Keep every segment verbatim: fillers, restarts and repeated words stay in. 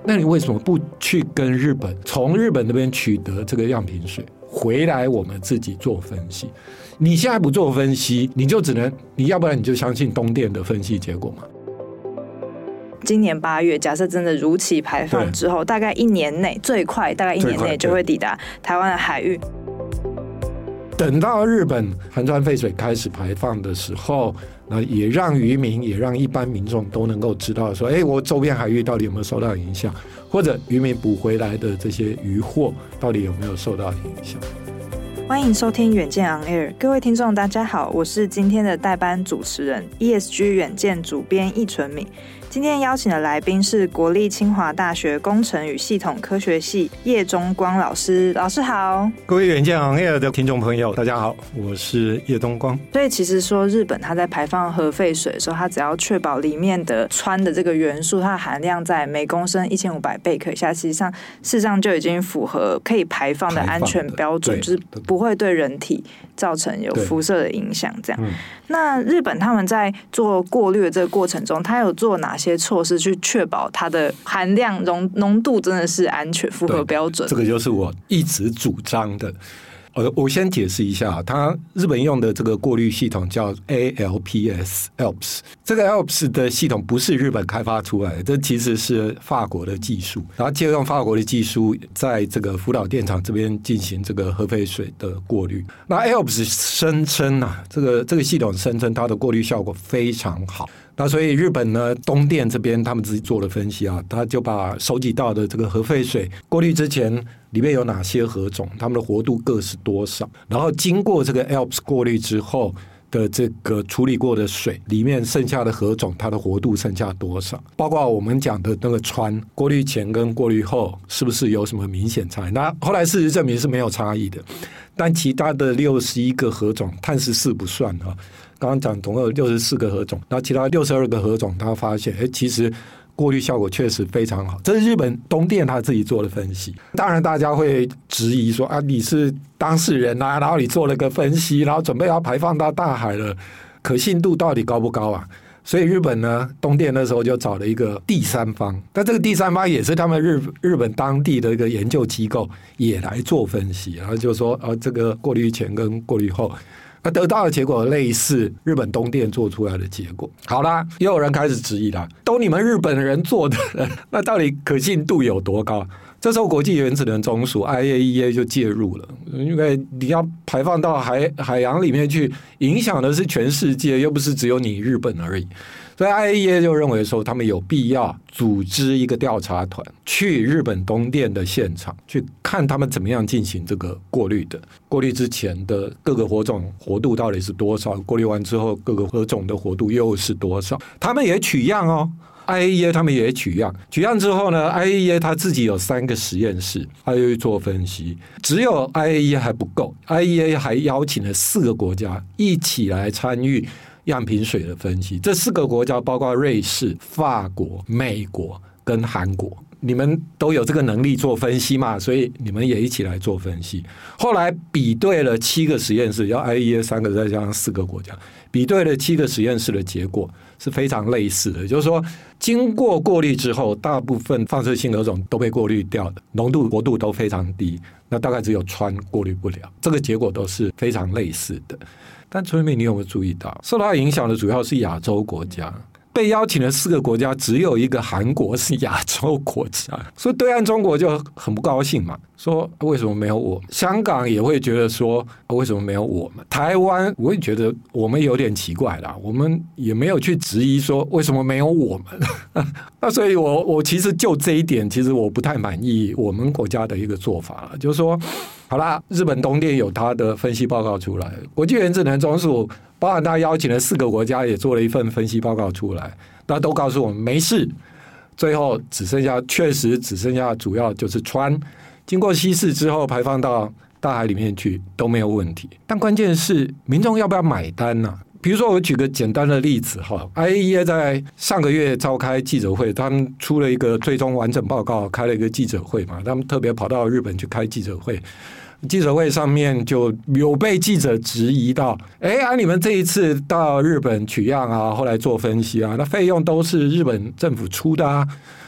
那你为什么不去跟日本，从日本那边取得这个样品水回来，我们自己做分析？你现在不做分析，你就只能，你要不然你就相信东电的分析结果嘛。 今年八月，假设真的如期排放之后，大概一年内，最快大概一年内就会抵达台湾的海域。 等到日本含川废水开始排放的时候，那也让渔民也让一般民众都能够知道说，哎，我周边海域到底有没有受到影响，或者渔民捕回来的这些渔获到底有没有受到影响。 欢迎收听远见 On Air， 各位听众大家好，我是今天的代班主持人 E S G 远见主编易纯敏。今天邀请的来宾是国立清华大学工程与系统科学系叶中光老师，老师好。 各位远见 On Air 的听众朋友大家好，我是叶中光。 所以其实说日本它在排放核废水的时候，它只要确保里面的氚的这个元素它的含量在每公升一千五百贝克以下，实际上事实上就已经符合可以排放的安全标准，就是不会对人体造成有辐射的影响这样、嗯、那日本他们在做过滤的这个过程中，他有做哪些措施去确保它的含量浓浓度真的是安全符合标准？ 这个就是我一直主张的。呃，我先解释一下，它日本用的这个过滤系统叫 A L P S A L P S， 这个 A L P S 的系统不是日本开发出来的，这其实是法国的技术，然后借用法国的技术，在这个福岛电厂这边进行这个核废水的过滤。那 A L P S 声称啊，这个这个系统声称它的过滤效果非常好。那所以日本呢，东电这边他们自己做了分析啊，他就把收集到的这个核废水过滤之前里面有哪些核种，它们的活度各是多少，然后经过这个 A L P S 过滤之后的这个处理过的水里面剩下的核种，它的活度剩下多少，包括我们讲的那个氚，过滤前跟过滤后是不是有什么明显差异？那后来事实证明是没有差异的，但其他的六十一个核种，碳十四不算啊。刚刚讲总共有六十四个核种，然后其他六十二个核种，他发现，哎，其实过滤效果确实非常好。这是日本东电他自己做的分析。当然，大家会质疑说啊，你是当事人啊，然后你做了个分析，然后准备要排放到大海了，可信度到底高不高啊？所以日本呢，东电那时候就找了一个第三方，但这个第三方也是他们日日本当地的一个研究机构也来做分析，然后就说啊，这个过滤前跟过滤后。那得到的结果类似日本东电做出来的结果。好啦，又有人开始质疑啦，都你们日本人做的，那到底可信度有多高？这时候国际原子能总署 I A E A 就介入了，因为你要排放到海海洋里面去，影响的是全世界，又不是只有你日本而已。所以 I A E A 就认为说，他们有必要组织一个调查团去日本东电的现场，去看他们怎么样进行这个过滤的。过滤之前的各个火种活度到底是多少？过滤完之后，各个火种的活度又是多少？他们也取样哦。I A E A 他们也取样，取样之后呢 ，I A E A 他自己有三个实验室，他就去做分析。只有 I A E A 还不够 ，I A E A 还邀请了四个国家一起来参与样品水的分析。这四个国家包括瑞士、法国、美国跟韩国。你们都有这个能力做分析嘛，所以你们也一起来做分析。后来比对了七个实验室，要 I A E A 三个再加上四个国家，比对了七个实验室的结果是非常类似的，就是说经过过滤之后，大部分放射性核种都被过滤掉的，浓度活度都非常低，那大概只有氚过滤不了，这个结果都是非常类似的。但崔妹，你有没有注意到，受到影响的主要是亚洲国家？被邀请的四个国家，只有一个韩国是亚洲国家，所以对岸中国就很不高兴嘛，说为什么没有我们？香港也会觉得说为什么没有我们？台湾我也觉得我们有点奇怪啦，我们也没有去质疑说为什么没有我们。那所以我我其实就这一点，其实我不太满意我们国家的一个做法，就是说，好啦，日本东电有他的分析报告出来，国际原子能总署包含他邀请了四个国家也做了一份分析报告出来，那都告诉我们没事，最后只剩下确实只剩下主要就是氚，经过稀释之后排放到大海里面去都没有问题。但关键是民众要不要买单呢、啊？比如说我举个简单的例子哈 ，I A E A 在上个月召开记者会，他们出了一个最终完整报告，开了一个记者会嘛，他们特别跑到日本去开记者会。记者会上面就有被记者质疑到，哎啊，你们这一次到日本取样啊，后来做分析啊，那费用都是日本政府出的啊，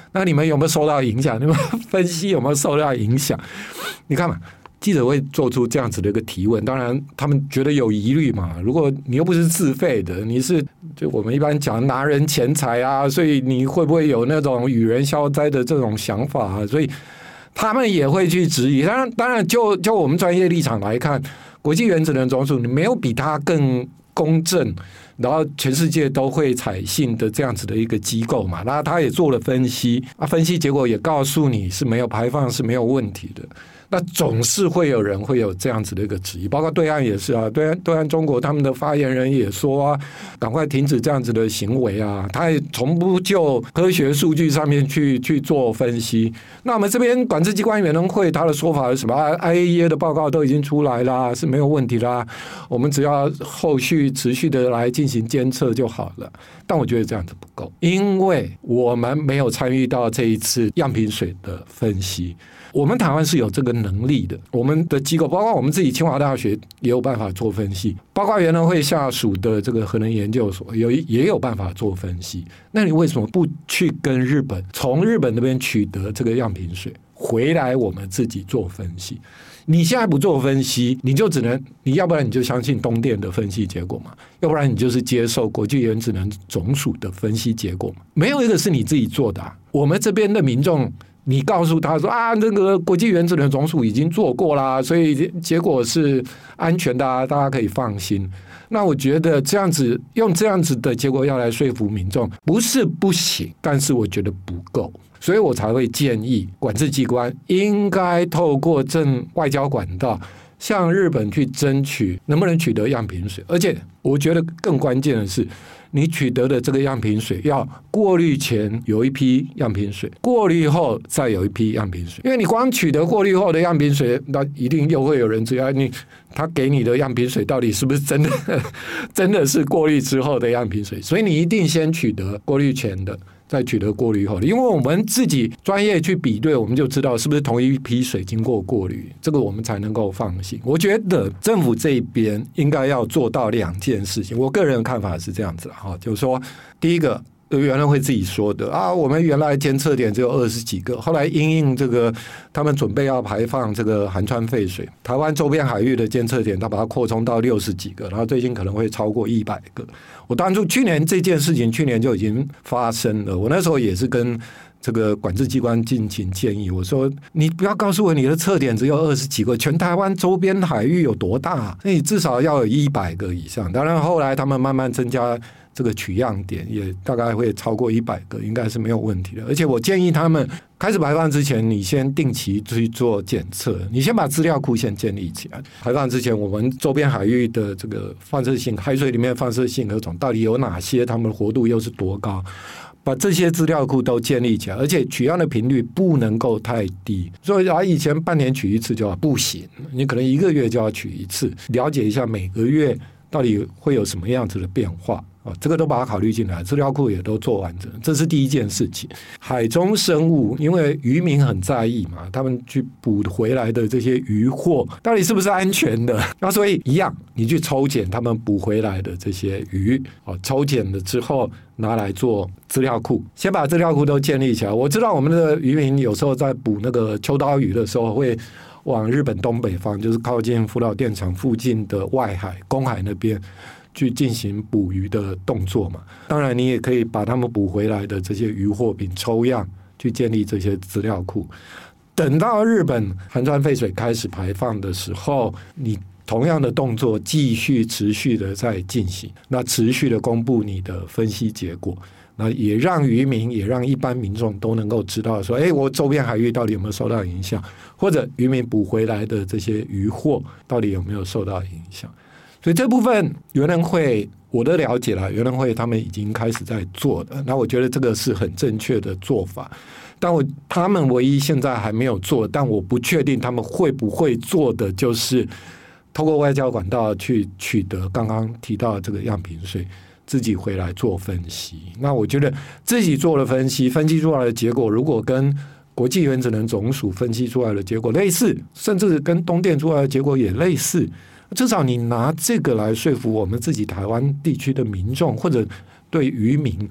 那你们有没有受到影响？你们分析有没有受到影响？你看嘛，记者会做出这样子的一个提问，当然他们觉得有疑虑嘛。如果你又不是自费的，你是就我们一般讲拿人钱财啊，所以你会不会有那种与人消灾的这种想法啊？所以他们也会去质疑。当然，当然就就我们专业立场来看，国际原子能总署你没有比他更公正，然后全世界都会采信的这样子的一个机构嘛。那他也做了分析啊，分析结果也告诉你是没有排放是没有问题的。那总是会有人会有这样子的一个质疑，包括对岸也是啊，对岸对岸中国他们的发言人也说啊，赶快停止这样子的行为啊，他也从不就科学数据上面去去做分析。那我们这边管制机关委员会他的说法是什么 ？I A E A 的报告都已经出来啦，是没有问题啦，我们只要后续持续的来进行监测就好了。但我觉得这样子不够，因为我们没有参与到这一次样品水的分析。我们台湾是有这个能力的，我们的机构包括我们自己清华大学也有办法做分析，包括原能会下属的这个核能研究所有也有办法做分析。那你为什么不去跟日本从日本那边取得这个样品水回来我们自己做分析？你现在不做分析，你就只能你要不然你就相信东电的分析结果嘛，要不然你就是接受国际原子能总署的分析结果嘛，没有一个是你自己做的啊。我们这边的民众你告诉他说啊，这个国际原子能总署已经做过啦，所以结果是安全的啊，大家可以放心。那我觉得这样子用这样子的结果要来说服民众，不是不行，但是我觉得不够，所以我才会建议管制机关应该透过正外交管道向日本去争取能不能取得样品水，而且我觉得更关键的是，你取得的这个样品水要过滤前有一批样品水，过滤后再有一批样品水。因为你光取得过滤后的样品水，那一定又会有人质疑你，他给你的样品水到底是不是真的真的是过滤之后的样品水？所以你一定先取得过滤前的，再取得过滤后的，因为我们自己专业去比对，我们就知道是不是同一批水经过过滤，这个我们才能够放心。我觉得政府这一边应该要做到两件事情，我个人的看法是这样子哈，就是说，第一个，原来会自己说的啊，我们原来监测点只有二十几个，后来因应这个他们准备要排放这个含川废水，台湾周边海域的监测点，他把它扩充到六十几个，然后最近可能会超过一百个。我当初去年这件事情，去年就已经发生了，我那时候也是跟这个管制机关进行建议，我说你不要告诉我你的测点只有二十几个，全台湾周边海域有多大？那你至少要有一百个以上。当然后来他们慢慢增加这个取样点，也大概会超过一百个，应该是没有问题的。而且我建议他们开始排放之前，你先定期去做检测，你先把资料库先建立起来。排放之前，我们周边海域的这个放射性海水里面放射性核种到底有哪些，它们的活度又是多高？把这些资料库都建立起来，而且取样的频率不能够太低。所以啊，以前半年取一次就要不行，你可能一个月就要取一次，了解一下每个月到底会有什么样子的变化。这个都把它考虑进来，资料库也都做完整，这是第一件事情。海中生物，因为渔民很在意嘛，他们去捕回来的这些渔获到底是不是安全的？那所以一样，你去抽检他们捕回来的这些鱼，抽检了之后拿来做资料库，先把资料库都建立起来。我知道我们的渔民有时候在捕那个秋刀鱼的时候会往日本东北方，就是靠近福岛电厂附近的外海、公海那边去进行捕鱼的动作嘛。当然你也可以把他们捕回来的这些渔获品抽样，去建立这些资料库。等到日本含川废水开始排放的时候，你同样的动作继续持续的在进行，那持续的公布你的分析结果，那也让渔民也让一般民众都能够知道说，哎，我周边海域到底有没有受到影响，或者渔民捕回来的这些渔获到底有没有受到影响。所以这部分原能会我的了解了，原能会他们已经开始在做的，那我觉得这个是很正确的做法。但我他们唯一现在还没有做，但我不确定他们会不会做的，就是透过外交管道去取得刚刚提到的这个样品水，自己回来做分析。那我觉得自己做了分析，分析出来的结果如果跟国际原子能总署分析出来的结果类似，甚至跟东电出来的结果也类似，至少你拿这个来说服我们自己台湾地区的民众，或者对渔民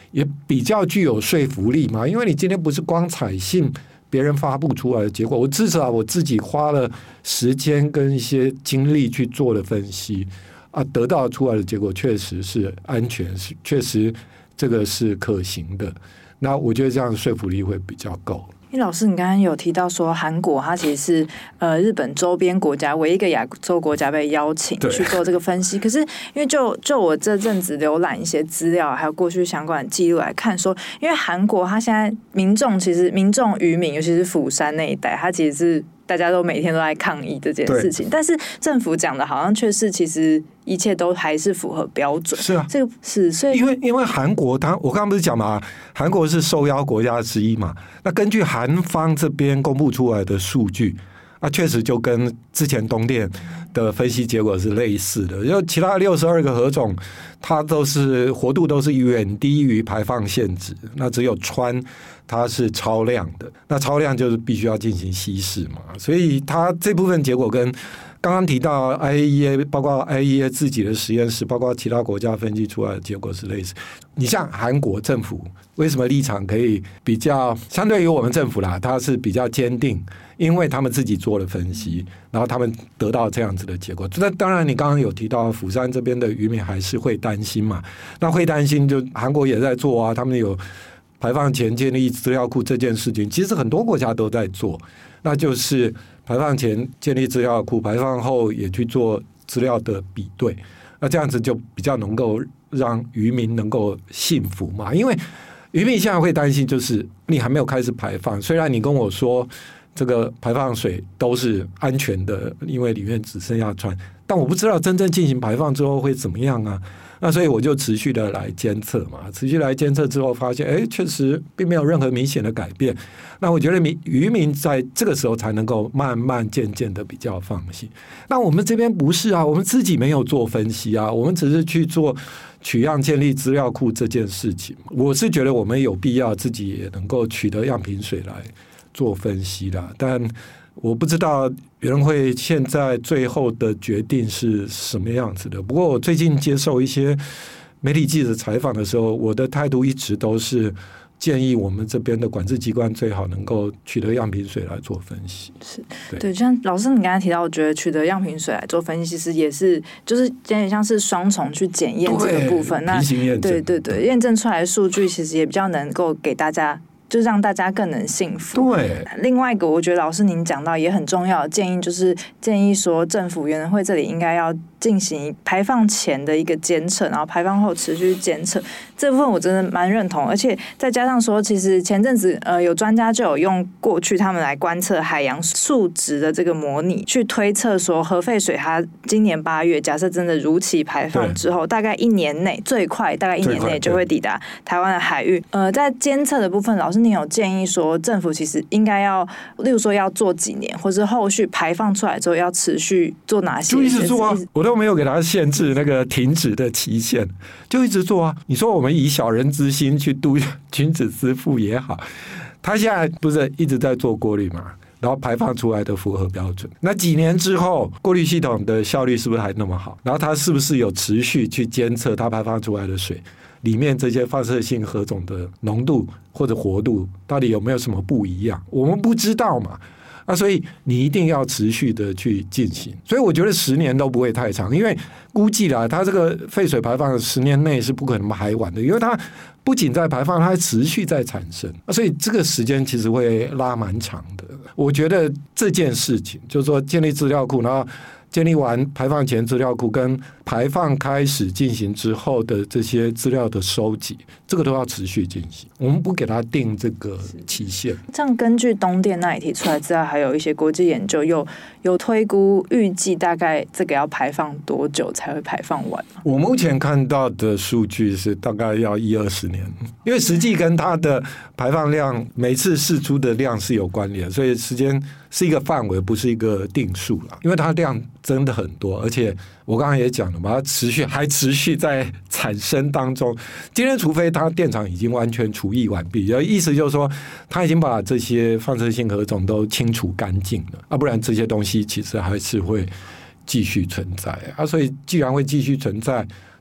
也比较具有说服力嘛，因为你今天不是光采信别人发布出来的结果，我至少我自己花了时间跟一些精力去做了分析啊，得到出来的结果确实是安全，是确实这个是可行的，那我觉得这样说服力会比较够。 因为老师，你刚刚有提到说，韩国它其实是呃日本周边国家唯一一个亚洲国家被邀请去做这个分析。可是，因为就就我这阵子浏览一些资料，还有过去相关的记录来看说，因为韩国它现在民众其实民众渔民，尤其是釜山那一带，它其实是大家都每天都在抗议这件事情，但是政府讲的好像却是其实一切都还是符合标准。 是啊， 这个是所以因为因为韩国它我刚刚不是讲嘛，韩国是受邀国家之一嘛，那根据韩方这边公布出来的数据啊，确实就跟之前东电的分析结果是类似的，因为其他六十二个河种它都是活度都是远低于排放限值，那只有氚它是超量的，那超量就是必须要进行稀释嘛，所以它这部分结果跟刚刚提到 I A E A 包括 I A E A 自己的实验室包括其他国家分析出来的结果是类似。你像韩国政府为什么立场可以比较相对于我们政府啦，它是比较坚定，因为他们自己做了分析，然后他们得到这样子的结果。那当然你刚刚有提到釜山这边的渔民还是会担心嘛，那会担心就韩国也在做啊，他们有排放前建立资料库这件事情，其实很多国家都在做，那就是排放前建立资料库，排放后也去做资料的比对，那这样子就比较能够让渔民能够信服嘛。因为渔民现在会担心，就是你还没有开始排放，虽然你跟我说这个排放水都是安全的，因为里面只剩下氚，但我不知道真正进行排放之后会怎么样啊。那所以我就持续的来监测嘛，持续来监测之后发现，哎，确实并没有任何明显的改变。那我觉得民渔民在这个时候才能够慢慢渐渐的比较放心。那我们这边不是啊，我们自己没有做分析啊，我们只是去做取样建立资料库这件事情。我是觉得我们有必要自己也能够取得样品水来做分析啦，但我不知道委员会现在最后的决定是什么样子的。不过我最近接受一些媒体记者采访的时候，我的态度一直都是建议我们这边的管制机关最好能够取得样品水来做分析。 是 对, 对，像老师你刚才提到，我觉得取得样品水来做分析，其实也是就是有点像是双重去检验这个部分。那平行验证， 对对对，验证出来的数据其实也比较能够给大家。就让大家更能信服。 对， 另外一个我觉得老师您讲到也很重要的建议，就是建议说政府委员会这里应该要进行排放前的一个监测，然后排放后持续监测，这部分我真的蛮认同。而且再加上说，其实前阵子呃有专家就有用过去他们来观测海洋数值的这个模拟，去推测说核废水它今年八月假设真的如期排放之后，大概一年内最快大概一年内就会抵达台湾的海域。呃，在监测的部分，老师你有建议说政府其实应该要，例如说要做几年，或是后续排放出来之后要持续做哪些？ 就一直做啊，我都没有给他限制那个停止的期限，就一直做啊。你说我们以小人之心去度君子之腹也好，他现在不是一直在做过滤嘛，然后排放出来的符合标准，那几年之后过滤系统的效率是不是还那么好？然后它是不是有持续去监测它排放出来的水里面这些放射性核种的浓度或者活度到底有没有什么不一样？我们不知道嘛，啊，所以你一定要持续的去进行。所以我觉得十年都不会太长，因为估计啦，它这个废水排放十年内是不可能排完的，因为它不仅在排放，它还持续在产生，所以这个时间其实会拉蛮长的。我觉得这件事情就是说建立资料库，然后建立完排放前资料库跟排放开始进行之后的这些资料的收集，这个都要持续进行，我们不给它定这个期限。 这样根据东电那里提出来资料，还有一些国际研究有有推估预计大概这个要排放多久才会排放完吗？ 我目前看到的数据是大概要一二十年，因为实际跟它的排放量每次释出的量是有关联，所以时间是一个范围，不是一个定数啦。因为它量真的很多，而且我刚刚也讲了嘛，它持续还持续在产生当中。今天除非它电厂已经完全除役完毕，意思就是说它已经把这些放射性核种都清除干净了啊，不然这些东西其实还是会继续存在啊。所以既然会继续存在，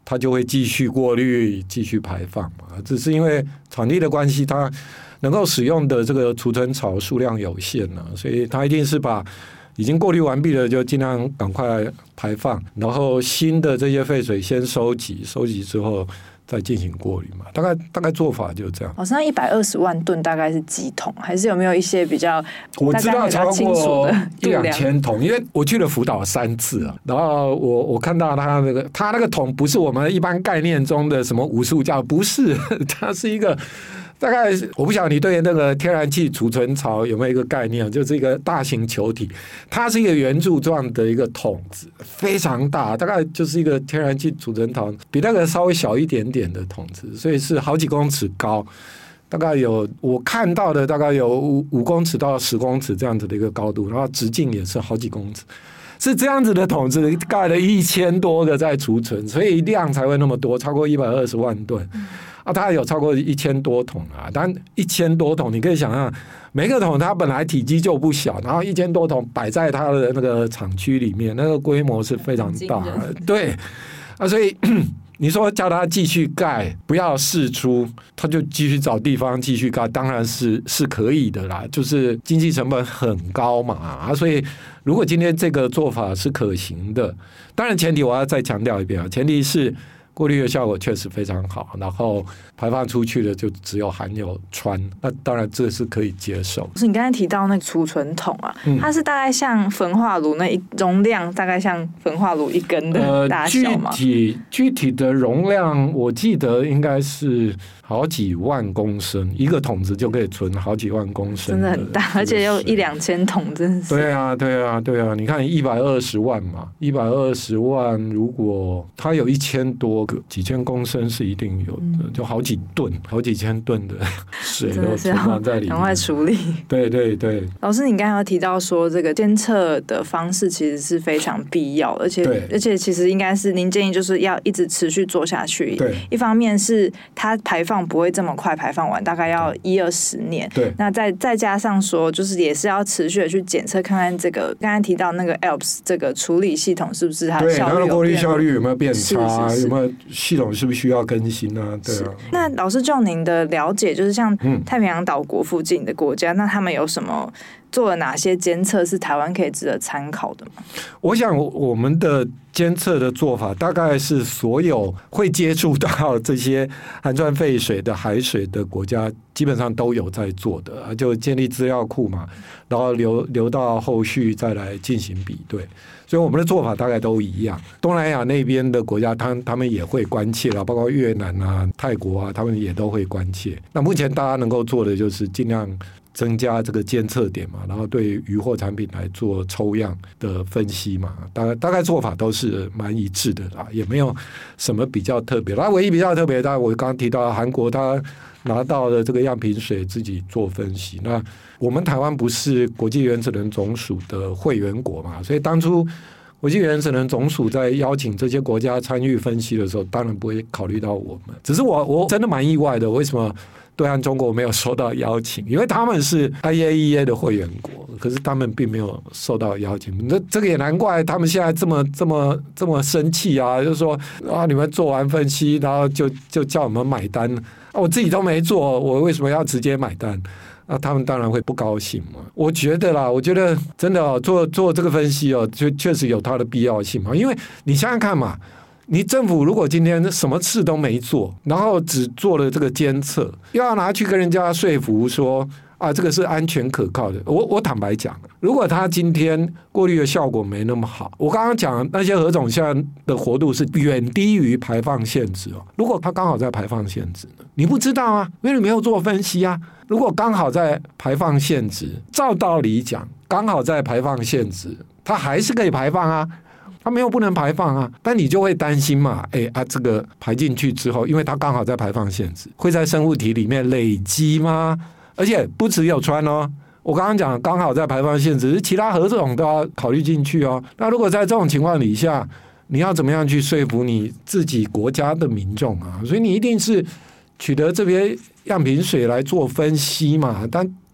它就会继续过滤继续排放嘛，只是因为场地的关系，它能够使用的这个储存槽数量有限啊，所以它一定是把已经过滤完毕了就尽量赶快排放，然后新的这些废水先收集，收集之后再进行过滤嘛，大概大概做法就这样。 好像一百二十万吨大概是几桶，还是有没有一些比较我知道超过一两千桶，因为我去了福岛三次啊，然后我我看到他那个他那个桶不是我们一般概念中的什么无塑胶，不是，它是一个。大概我不晓得你对那个天然气储存槽有没有一个概念，就是一个大型球体，它是一个圆柱状的一个桶子，非常大，大概就是一个天然气储存槽比那个稍微小一点点的桶子，所以是好几公尺高，大概有我看到的大概有五五公尺到十公尺这样子的一个高度，然后直径也是好几公尺。是这样子的桶子盖了一千多个在储存，所以量才会那么多，超过一百二十万吨。啊，它有超过一千多桶啊，但一千多桶，你可以想象，每个桶它本来体积就不小，然后一千多桶摆在它的那个厂区里面，那个规模是非常大的，对啊，所以你说叫它继续盖，不要释出，它就继续找地方继续盖，当然是是可以的啦，就是经济成本很高嘛啊，所以如果今天这个做法是可行的，当然前提我要再强调一遍啊，前提是。过滤的效果确实非常好，然后排放出去的就只有含有氚，那当然这是可以接受。 是你刚才提到那个储存桶啊，嗯、它是大概像焚化炉那一容量，大概像焚化炉一根的大小吗？ 呃、具体具体的容量，我记得应该是好几万公升，一个桶子就可以存好几万公升， 真的很大，而且有一两千桶，真是。 对啊，对啊，对啊！你看一百二十万嘛，一百二十万，如果它有一千多。几千公升是一定有的，嗯、就好几吨、好几千吨的水都存放在里面， 赶快处理。 对对对。 老师，你刚才有提到说，这个监测的方式其实是非常必要，而且而且其实应该是您建议就是要一直持续做下去。 对， 一方面是它排放不会这么快排放完，大概要一二十年。 对， 那再再加上说，就是也是要持续的去检测，看看这个刚才提到那个 A L P S 这个处理系统是不是它的效率有变， 对，它的过滤效率有没有变差， 是是是有没有系统是不是需要更新啊？对啊。 那老师就您的了解，就是像太平洋岛国附近的国家，嗯、那他们有什么做了哪些监测是台湾可以值得参考的吗？ 我想我们的监测的做法，大概是所有会接触到这些含氚废水的海水的国家，基本上都有在做的，就建立资料库嘛，然后留留到后续再来进行比对。所以我们的做法大概都一样。东南亚那边的国家，他他们也会关切啦，包括越南啊、泰国啊，他们也都会关切。那目前大家能够做的就是尽量增加这个监测点嘛，然后对渔获产品来做抽样的分析嘛，大概大概做法都是蛮一致的啦，也没有什么比较特别。那唯一比较特别，当然我刚刚提到韩国，他拿到的这个样品水自己做分析。那我们台湾不是国际原子能总署的会员国嘛，所以当初国际原子能总署在邀请这些国家参与分析的时候，当然不会考虑到我们。只是我我真的蛮意外的，为什么对岸中国没有收到邀请？因为他们是 I A E A 的会员国，可是他们并没有受到邀请。那这个也难怪他们现在这么这么这么生气啊！就是说啊，你们做完分析，然后就就叫我们买单。啊，我自己都没做，我为什么要直接买单？那他们当然会不高兴嘛。我觉得啦，我觉得真的哦，做做这个分析哦，就确实有它的必要性嘛。因为你想想看嘛，你政府如果今天什么事都没做，然后只做了这个监测，又要拿去跟人家说服说啊，这个是安全可靠的。我我坦白讲，如果他今天过滤的效果没那么好，我刚刚讲那些核种项的活度是远低于排放限值哦。如果他刚好在排放限值呢，你不知道啊，因为你没有做分析啊。如果刚好在排放限值，照道理讲，刚好在排放限值，它还是可以排放啊。它没有不能排放啊，但你就会担心嘛，哎啊，这个排进去之后，因为它刚好在排放限值，会在生物体里面累积吗？而且不只有氚哦，我刚刚讲刚好在排放限值，其他核种都要考虑进去哦。那如果在这种情况底下，你要怎么样去说服你自己国家的民众啊？所以你一定是取得这边样品水来做分析嘛，但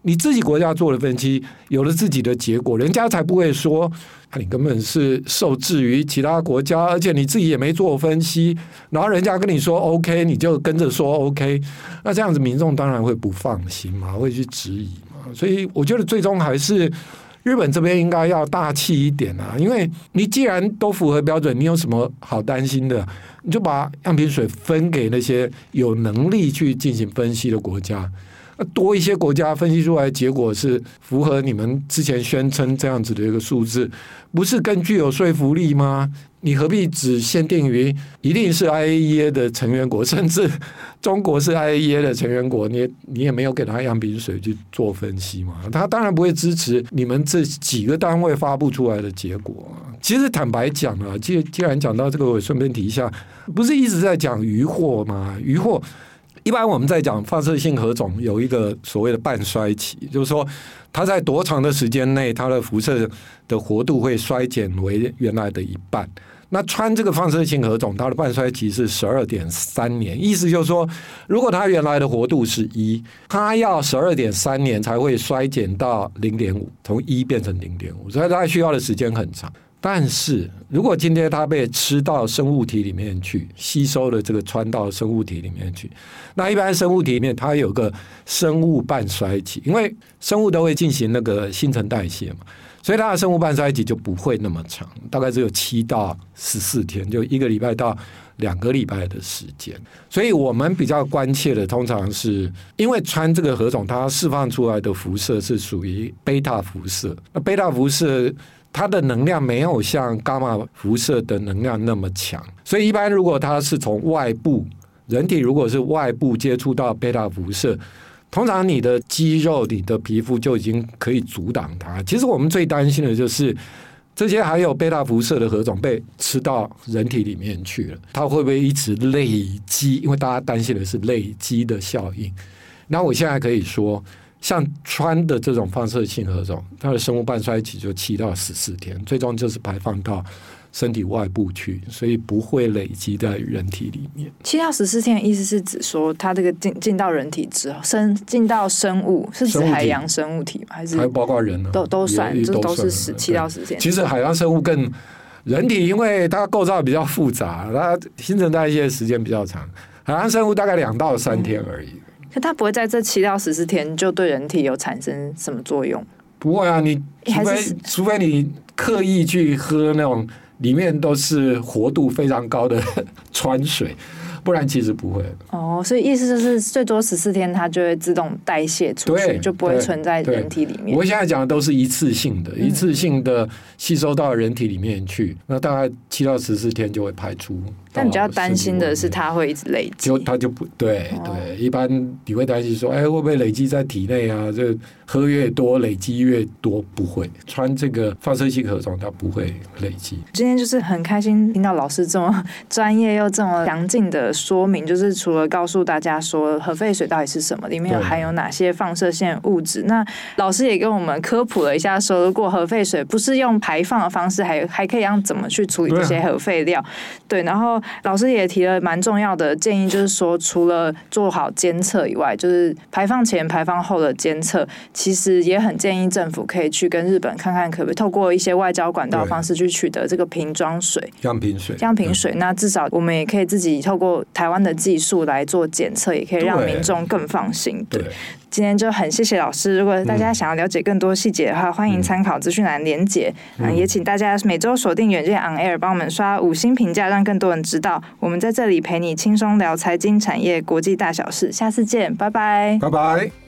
你自己国家做了分析，有了自己的结果，人家才不会说、啊、你根本是受制于其他国家，而且你自己也没做分析，然后人家跟你说 OK 你就跟着说 OK， 那这样子民众当然会不放心嘛，会去质疑嘛。所以我觉得最终还是日本这边应该要大气一点啊，因为你既然都符合标准，你有什么好担心的？你就把样品水分给那些有能力去进行分析的国家，多一些国家分析出来的结果是符合你们之前宣称这样子的一个数字，不是更具有说服力吗？你何必只限定于一定是 I A E A 的成员国，甚至中国是 I A E A 的成员国，你你也没有给他样品水去做分析嘛？他当然不会支持你们这几个单位发布出来的结果。其实坦白讲啊，既既然讲到这个，我顺便提一下，不是一直在讲渔获吗？渔获一般我们在讲放射性核种有一个所谓的半衰期，就是说它在多长的时间内，它的辐射的活度会衰减为原来的一半。那氚这个放射性核种，它的半衰期是 十二点三年，意思就是说，如果它原来的活度是一，它要 十二点三年才会衰减到 零点五， 从一变成 零点五， 所以它需要的时间很长。但是如果今天它被吃到生物体里面去，吸收了这个氚到生物体里面去，那一般生物体里面它有个生物半衰期，因为生物都会进行那个新陈代谢嘛，所以它的生物半衰期就不会那么长，大概只有七到十四天，就一个礼拜到两个礼拜的时间。所以我们比较关切的通常是因为氚这个核种它释放出来的辐射是属于贝塔辐射，那贝塔辐射它的能量没有像伽马辐射的能量那么强，所以一般如果它是从外部，人体如果是外部接触到贝塔辐射，通常你的肌肉、你的皮肤就已经可以阻挡它。其实我们最担心的就是这些还有贝塔辐射的核种被吃到人体里面去了，它会不会一直累积？因为大家担心的是累积的效应。那我现在可以说，像氚的这种放射性核种，它的生物半衰期就七到十四天，最终就是排放到身体外部去，所以不会累积在人体里面。 七到十四天的意思是指说，它这个进进到人体之后，生进到生物，是指海洋生物体吗？还是还包括人呢、啊？ 都都算，这都是十七到十天。 其实海洋生物更人体，因为它构造比较复杂，它新陈代谢时间比较长，海洋生物大概两到三天而已。嗯， 可它不会在这七到十四天就对人体有产生什么作用？ 不会啊，你除非除非你刻意去喝那种里面都是活度非常高的氚水，不然其实不会。 哦，所以意思就是最多十四天它就会自动代谢出去，就不会存在人体里面。 我现在讲的都是一次性的，嗯、一次性的吸收到人体里面去，那大概七到十四天就会排出。 但比较担心的是它会一直累积， 就它就不对、哦、对，一般你会担心说，哎，会不会累积在体内啊？这喝越多累积越多，不会。氚这个放射性核种它不会累积。 今天就是很开心听到老师这么专业又这么详尽的说明，就是除了告诉大家说核废水到底是什么，里面有含有哪些放射性物质，那老师也跟我们科普了一下说，如果核废水不是用排放的方式，还还可以让怎么去处理这些核废料。 对, 对，然后老师也提了蛮重要的建议，就是说除了做好监测以外，就是排放前排放后的监测，其实也很建议政府可以去跟日本看看可不可以透过一些外交管道方式去取得这个瓶装水、 样品水、 样品水、嗯、那至少我们也可以自己透过台湾的技术来做检测，也可以让民众更放心。 对, 对，今天就很谢谢老师，如果大家想要了解更多细节的话、嗯、欢迎参考资讯栏连结、嗯啊、也请大家每周锁定远见 On Air 帮我们刷五星评价，让更多人知道我们在这里陪你轻松聊财经产业国际大小事，下次见，拜拜， 拜拜。